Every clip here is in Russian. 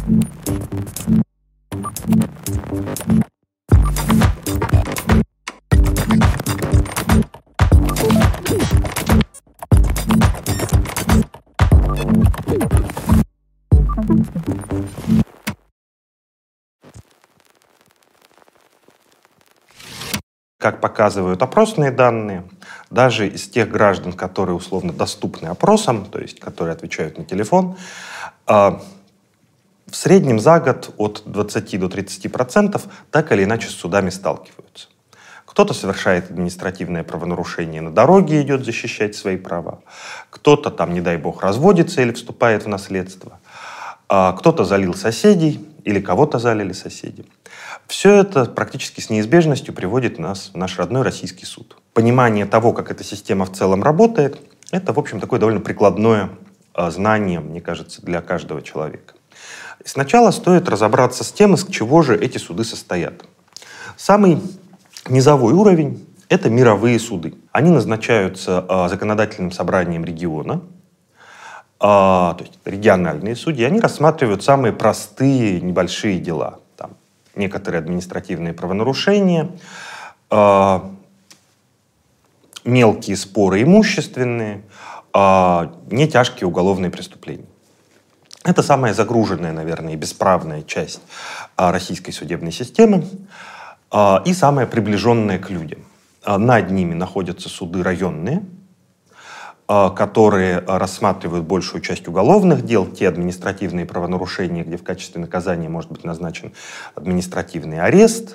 Как показывают опросные данные, даже из тех граждан, которые условно доступны опросам, то есть которые отвечают на телефон, в среднем за год от 20 до 30% так или иначе с судами сталкиваются. Кто-то совершает административное правонарушение на дороге, идет защищать свои права. Кто-то там, не дай бог, разводится или вступает в наследство. Кто-то залил соседей или кого-то залили соседи. Все это практически с неизбежностью приводит нас в наш родной российский суд. Понимание того, как эта система в целом работает, это, в общем, такое довольно прикладное знание, мне кажется, для каждого человека. Сначала стоит разобраться с тем, из чего же эти суды состоят. Самый низовой уровень – это мировые суды. Они назначаются законодательным собранием региона, то есть региональные судьи. Они рассматривают самые простые, небольшие дела. Там некоторые административные правонарушения, мелкие споры имущественные, не тяжкие уголовные преступления. Это самая загруженная, наверное, и бесправная часть российской судебной системы и самая приближенная к людям. Над ними находятся суды районные, которые рассматривают большую часть уголовных дел, те административные правонарушения, где в качестве наказания может быть назначен административный арест,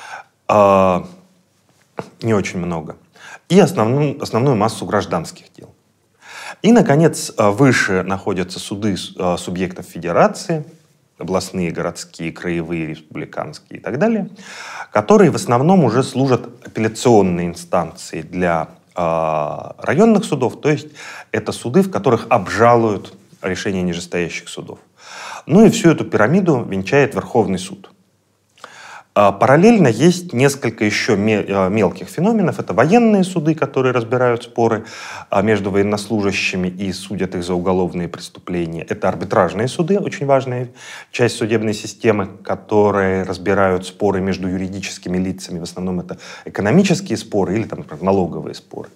не очень много, и основную массу гражданских дел. И, наконец, выше находятся суды субъектов федерации, областные, городские, краевые, республиканские и так далее, которые в основном уже служат апелляционной инстанцией для районных судов, то есть это суды, в которых обжалуют решения нижестоящих судов. Ну и всю эту пирамиду венчает Верховный суд. Параллельно есть несколько еще мелких феноменов. Это военные суды, которые разбирают споры между военнослужащими и судят их за уголовные преступления. Это арбитражные суды, очень важная часть судебной системы, которые разбирают споры между юридическими лицами. В основном это экономические споры или, там, например, налоговые споры.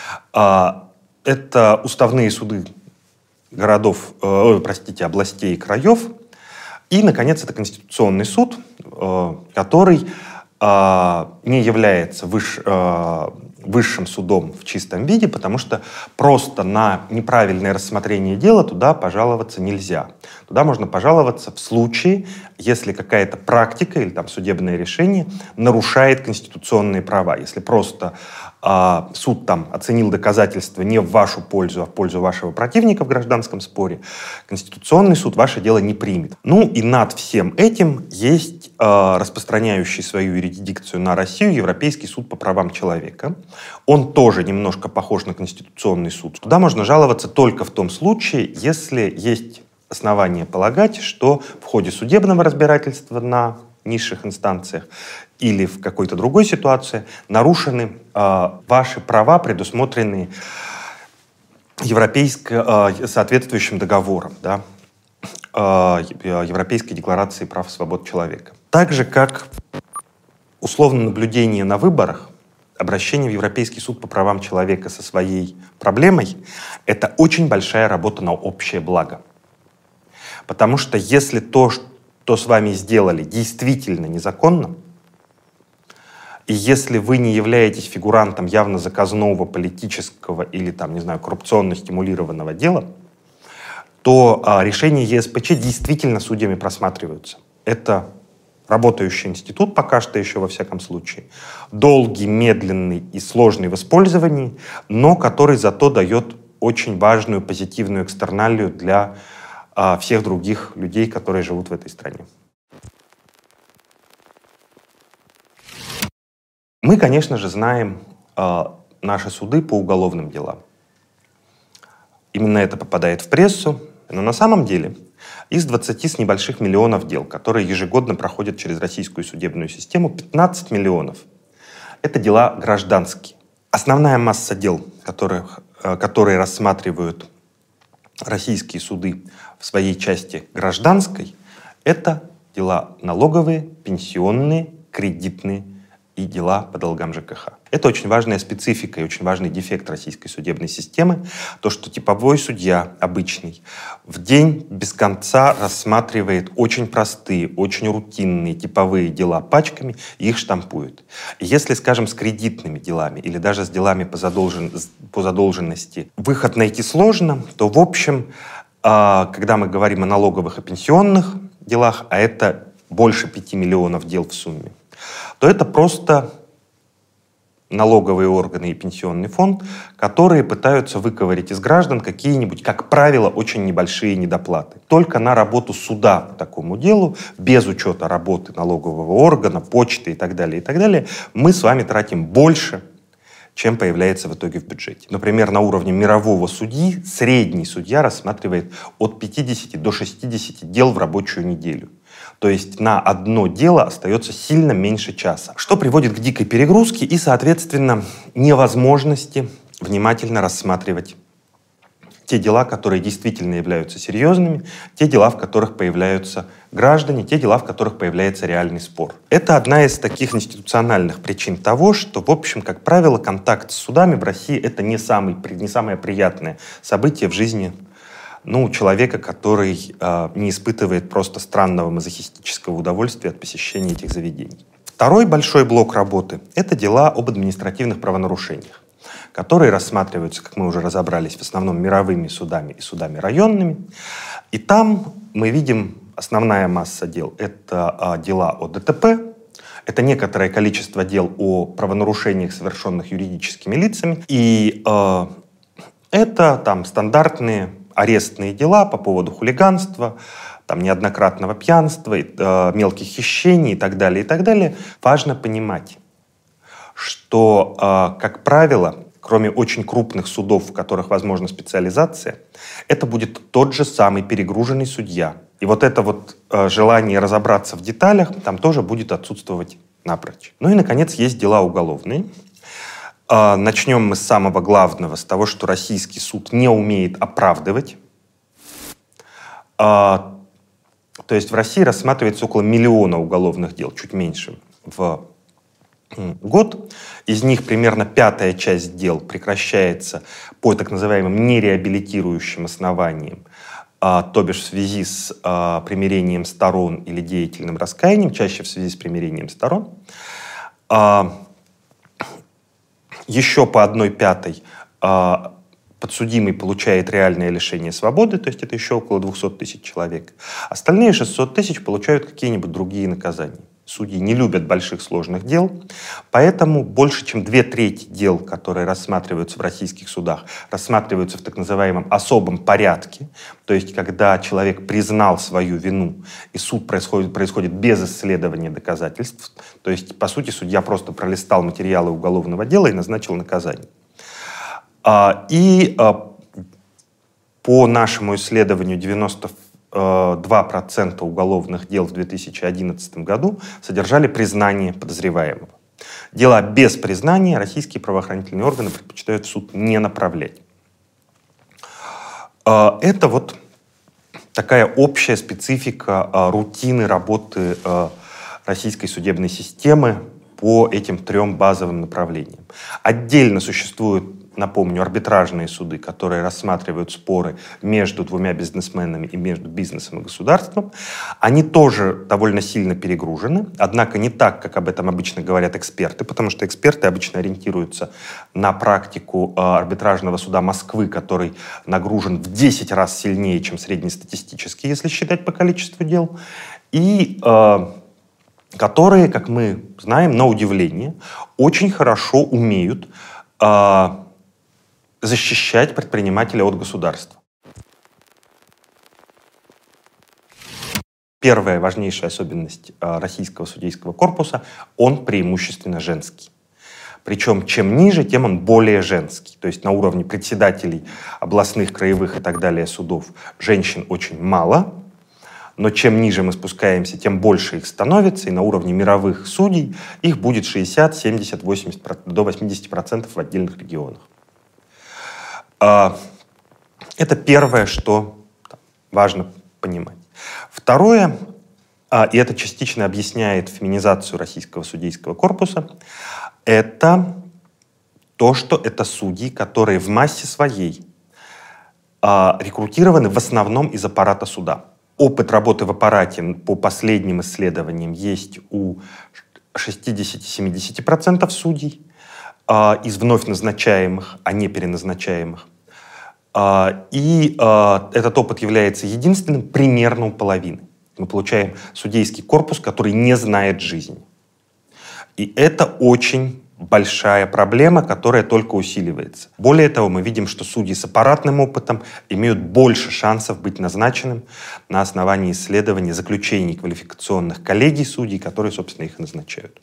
Это уставные суды городов, областей и краев. И, наконец, это Конституционный суд, который не является высшим судом в чистом виде, потому что просто на неправильное рассмотрение дела туда пожаловаться нельзя. Туда можно пожаловаться в случае, если какая-то практика или там судебное решение нарушает конституционные права. Если просто суд там оценил доказательства не в вашу пользу, а в пользу вашего противника в гражданском споре, Конституционный суд ваше дело не примет. Ну и над всем этим есть распространяющий свою юрисдикцию на Россию Европейский суд по правам человека. Он тоже немножко похож на Конституционный суд. Туда можно жаловаться только в том случае, если есть основания полагать, что в ходе судебного разбирательства на низших инстанциях или в какой-то другой ситуации нарушены ваши права, предусмотренные соответствующим договором, да, Европейской декларации прав и свобод человека. Так же, как условное наблюдение на выборах, обращение в Европейский суд по правам человека со своей проблемой — это очень большая работа на общее благо. Потому что если то, что с вами сделали, действительно незаконно, и если вы не являетесь фигурантом явно заказного, политического или там, не знаю, коррупционно стимулированного дела, то решения ЕСПЧ действительно судьями просматриваются. Это работающий институт, пока что еще во всяком случае, долгий, медленный и сложный в использовании, но который зато дает очень важную позитивную экстерналию для всех других людей, которые живут в этой стране. Мы, конечно же, знаем наши суды по уголовным делам. Именно это попадает в прессу, но на самом деле из 20 с небольших миллионов дел, которые ежегодно проходят через российскую судебную систему, 15 миллионов — это дела гражданские. Основная масса дел, которые рассматривают российские суды в своей части гражданской, Это дела налоговые, пенсионные, кредитные и дела по долгам ЖКХ. Это очень важная специфика и очень важный дефект российской судебной системы, то, что типовой судья обычный в день без конца рассматривает очень простые, очень рутинные типовые дела пачками и их штампует. И если, скажем, с кредитными делами или даже с делами по задолженности выход найти сложно, то, в общем, когда мы говорим о налоговых и пенсионных делах, а это больше 5 миллионов дел в сумме, то это просто налоговые органы и пенсионный фонд, которые пытаются выковырять из граждан какие-нибудь, как правило, очень небольшие недоплаты. Только на работу суда по такому делу, без учета работы налогового органа, почты и так далее, мы с вами тратим больше, чем появляется в итоге в бюджете. Например, на уровне мирового судьи средний судья рассматривает от 50 до 60 дел в рабочую неделю. То есть на одно дело остается сильно меньше часа, что приводит к дикой перегрузке и, соответственно, невозможности внимательно рассматривать те дела, которые действительно являются серьезными, те дела, в которых появляются граждане, те дела, в которых появляется реальный спор. Это одна из таких институциональных причин того, что, в общем, как правило, контакт с судами в России — это не самое приятное событие в жизни человека, который не испытывает просто странного мазохистического удовольствия от посещения этих заведений. Второй большой блок работы — это дела об административных правонарушениях, которые рассматриваются, как мы уже разобрались, в основном мировыми судами и судами районными. И там мы видим основная масса дел — это дела о ДТП, это некоторое количество дел о правонарушениях, совершенных юридическими лицами, и это там стандартные арестные дела по поводу хулиганства, там, неоднократного пьянства, мелких хищений и так далее, и так далее. Важно понимать, что, как правило, кроме очень крупных судов, в которых возможна специализация, это будет тот же самый перегруженный судья. И вот это вот желание разобраться в деталях там тоже будет отсутствовать напрочь. Ну и, наконец, есть дела уголовные. Начнем мы с самого главного, с того, что российский суд не умеет оправдывать. То есть в России рассматривается около 1 миллиона уголовных дел, чуть меньше, в год. Из них примерно 1/5 часть дел прекращается по так называемым нереабилитирующим основаниям, то бишь в связи с примирением сторон или деятельным раскаянием, чаще в связи с примирением сторон. Еще по 1/5 подсудимый получает реальное лишение свободы, то есть это еще около 200 тысяч человек. Остальные 600 тысяч получают какие-нибудь другие наказания. Судьи не любят больших сложных дел, поэтому больше чем 2/3 дел, которые рассматриваются в российских судах, рассматриваются в так называемом особом порядке, то есть когда человек признал свою вину, и суд происходит без исследования доказательств, то есть, по сути, судья просто пролистал материалы уголовного дела и назначил наказание. По нашему исследованию 92% уголовных дел в 2011 году содержали признание подозреваемого. Дела без признания российские правоохранительные органы предпочитают в суд не направлять. Это вот такая общая специфика рутины работы российской судебной системы по этим 3 базовым направлениям. Отдельно существуют, напомню, арбитражные суды, которые рассматривают споры между 2 бизнесменами и между бизнесом и государством. Они тоже довольно сильно перегружены, однако не так, как об этом обычно говорят эксперты, потому что эксперты обычно ориентируются на практику арбитражного суда Москвы, который нагружен в 10 раз сильнее, чем среднестатистический, если считать по количеству дел, и которые, как мы знаем, на удивление, очень хорошо умеют защищать предпринимателя от государства. Первая важнейшая особенность российского судейского корпуса — он преимущественно женский. Причем чем ниже, тем он более женский. То есть на уровне председателей областных, краевых и так далее судов женщин очень мало, но чем ниже мы спускаемся, тем больше их становится, и на уровне мировых судей их будет 60, 70, 80, до 80% в отдельных регионах. Это первое, что важно понимать. Второе, и это частично объясняет феминизацию российского судейского корпуса, это то, что это судьи, которые в массе своей рекрутированы в основном из аппарата суда. Опыт работы в аппарате по последним исследованиям есть у 60-70% судей из вновь назначаемых, а не переназначаемых. И этот опыт является единственным примерно у половины. Мы получаем судейский корпус, который не знает жизни. И это очень большая проблема, которая только усиливается. Более того, мы видим, что судьи с аппаратным опытом имеют больше шансов быть назначенным на основании исследований, заключений квалификационных коллегий судей, которые, собственно, их и назначают.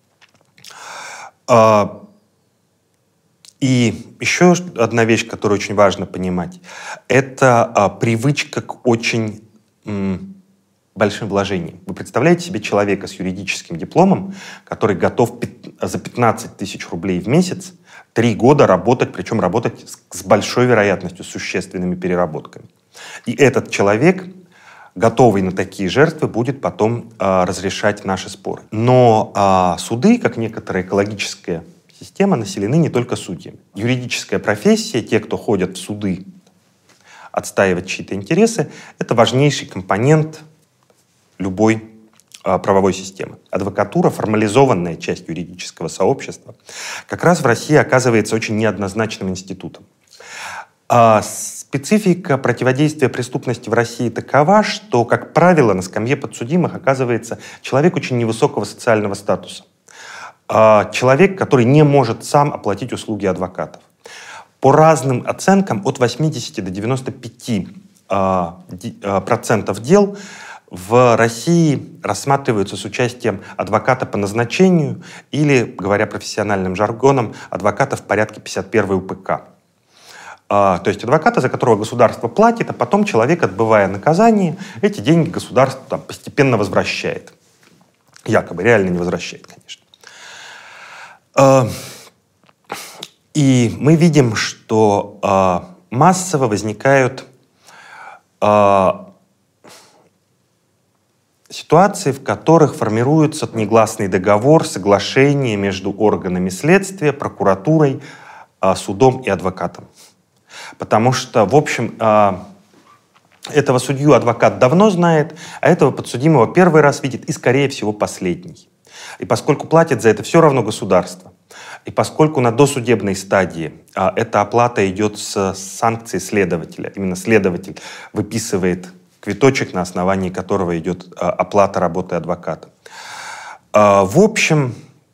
И еще одна вещь, которую очень важно понимать, это привычка к очень большим вложениям. Вы представляете себе человека с юридическим дипломом, который готов за 15 тысяч рублей в месяц 3 года работать, причем работать с большой вероятностью, с существенными переработками. И этот человек, готовый на такие жертвы, будет потом разрешать наши споры. Но суды, как некоторая экологическая система, населены не только судьями. Юридическая профессия, те, кто ходят в суды отстаивать чьи-то интересы, это важнейший компонент любой правовой системы. Адвокатура, формализованная часть юридического сообщества, как раз в России оказывается очень неоднозначным институтом. Специфика противодействия преступности в России такова, что, как правило, на скамье подсудимых оказывается человек очень невысокого социального статуса. Человек, который не может сам оплатить услуги адвокатов. По разным оценкам, от 80 до 95% дел в России рассматриваются с участием адвоката по назначению или, говоря профессиональным жаргоном, адвоката в порядке 51 УПК. То есть адвоката, за которого государство платит, а потом человек, отбывая наказание, эти деньги государство постепенно возвращает. Якобы, реально не возвращает, конечно. И мы видим, что массово возникают ситуации, в которых формируется негласный договор, соглашение между органами следствия, прокуратурой, судом и адвокатом. Потому что, в общем, этого судью адвокат давно знает, а этого подсудимого первый раз видит и, скорее всего, последний. И поскольку платит за это все равно государство, и поскольку на досудебной стадии эта оплата идет с санкцией следователя, именно следователь выписывает квиточек, на основании которого идет оплата работы адвоката. В общем,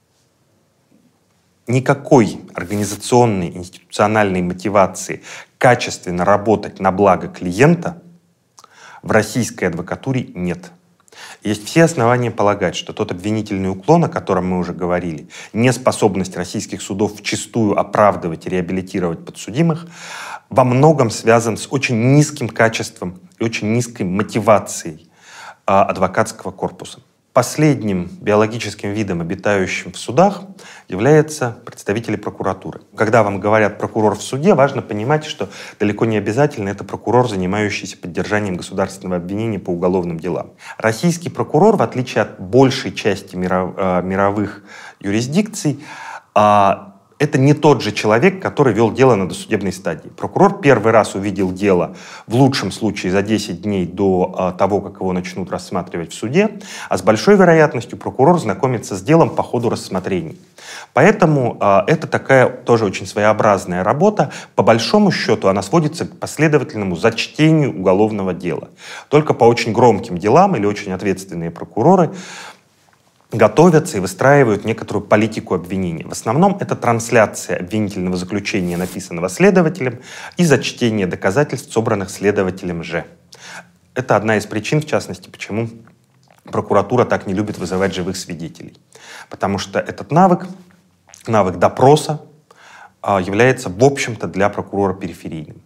никакой организационной, институциональной мотивации качественно работать на благо клиента в российской адвокатуре нет. Есть все основания полагать, что тот обвинительный уклон, о котором мы уже говорили, неспособность российских судов вчистую оправдывать и реабилитировать подсудимых, во многом связан с очень низким качеством и очень низкой мотивацией адвокатского корпуса. Последним биологическим видом, обитающим в судах, являются представители прокуратуры. Когда вам говорят «прокурор в суде», важно понимать, что далеко не обязательно это прокурор, занимающийся поддержанием государственного обвинения по уголовным делам. Российский прокурор, в отличие от большей части мировых юрисдикций, это не тот же человек, который вел дело на досудебной стадии. Прокурор первый раз увидел дело, в лучшем случае, за 10 дней до того, как его начнут рассматривать в суде, а с большой вероятностью прокурор знакомится с делом по ходу рассмотрений. Поэтому это такая тоже очень своеобразная работа. По большому счету она сводится к последовательному зачтению уголовного дела. Только по очень громким делам или очень ответственные прокуроры готовятся и выстраивают некоторую политику обвинения. В основном это трансляция обвинительного заключения, написанного следователем, и зачтение доказательств, собранных следователем же. Это одна из причин, в частности, почему прокуратура так не любит вызывать живых свидетелей. Потому что этот навык допроса, является, в общем-то, для прокурора периферийным.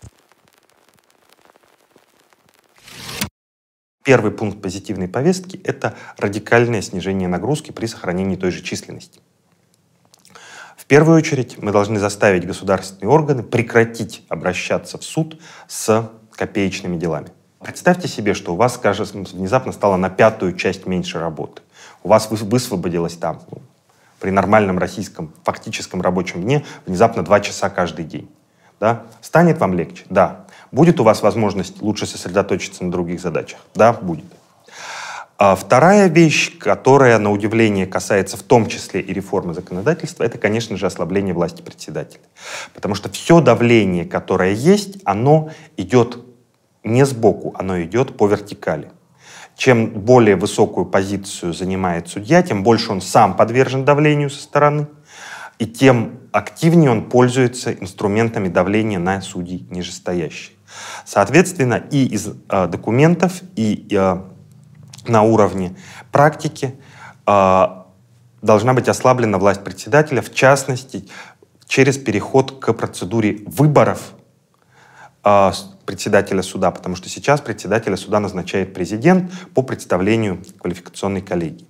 Первый пункт позитивной повестки – это радикальное снижение нагрузки при сохранении той же численности. В первую очередь мы должны заставить государственные органы прекратить обращаться в суд с копеечными делами. Представьте себе, что у вас, скажем, внезапно стало на 1/5 часть меньше работы. У вас высвободилось там при нормальном российском фактическом рабочем дне внезапно 2 часа каждый день. Да? Станет вам легче? Да. Будет у вас возможность лучше сосредоточиться на других задачах? Да, будет. А вторая вещь, которая, на удивление, касается в том числе и реформы законодательства, это, конечно же, ослабление власти председателя. Потому что все давление, которое есть, оно идет не сбоку, оно идет по вертикали. Чем более высокую позицию занимает судья, тем больше он сам подвержен давлению со стороны, и тем активнее он пользуется инструментами давления на судей нижестоящих. Соответственно, и из документов, и на уровне практики должна быть ослаблена власть председателя, в частности, через переход к процедуре выборов председателя суда, потому что сейчас председателя суда назначает президент по представлению квалификационной коллегии.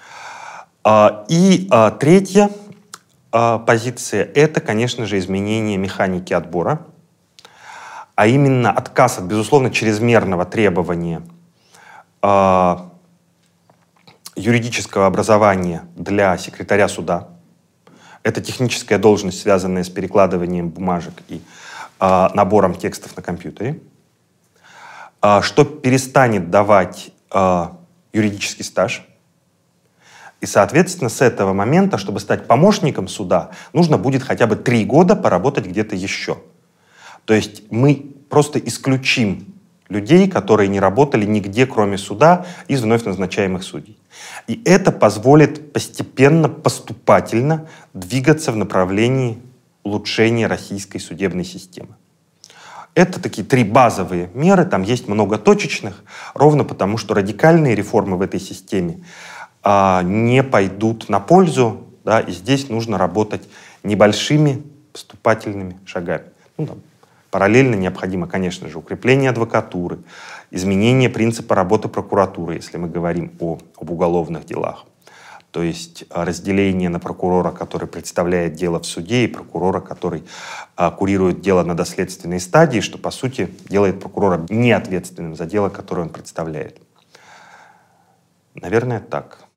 И третья позиция — это, конечно же, изменение механики отбора, а именно отказ от, безусловно, чрезмерного требования юридического образования для секретаря суда. Это техническая должность, связанная с перекладыванием бумажек и набором текстов на компьютере, что перестанет давать юридический стаж. И, соответственно, с этого момента, чтобы стать помощником суда, нужно будет хотя бы 3 года поработать где-то еще. То есть мы просто исключим людей, которые не работали нигде, кроме суда, из вновь назначаемых судей. И это позволит постепенно, поступательно двигаться в направлении улучшения российской судебной системы. Это такие 3 базовые меры, там есть много точечных, ровно потому, что радикальные реформы в этой системе не пойдут на пользу, да, и здесь нужно работать небольшими поступательными шагами. Параллельно необходимо, конечно же, укрепление адвокатуры, изменение принципа работы прокуратуры, если мы говорим об уголовных делах. То есть разделение на прокурора, который представляет дело в суде, и прокурора, который курирует дело на доследственной стадии, что, по сути, делает прокурора неответственным за дело, которое он представляет. Наверное, так.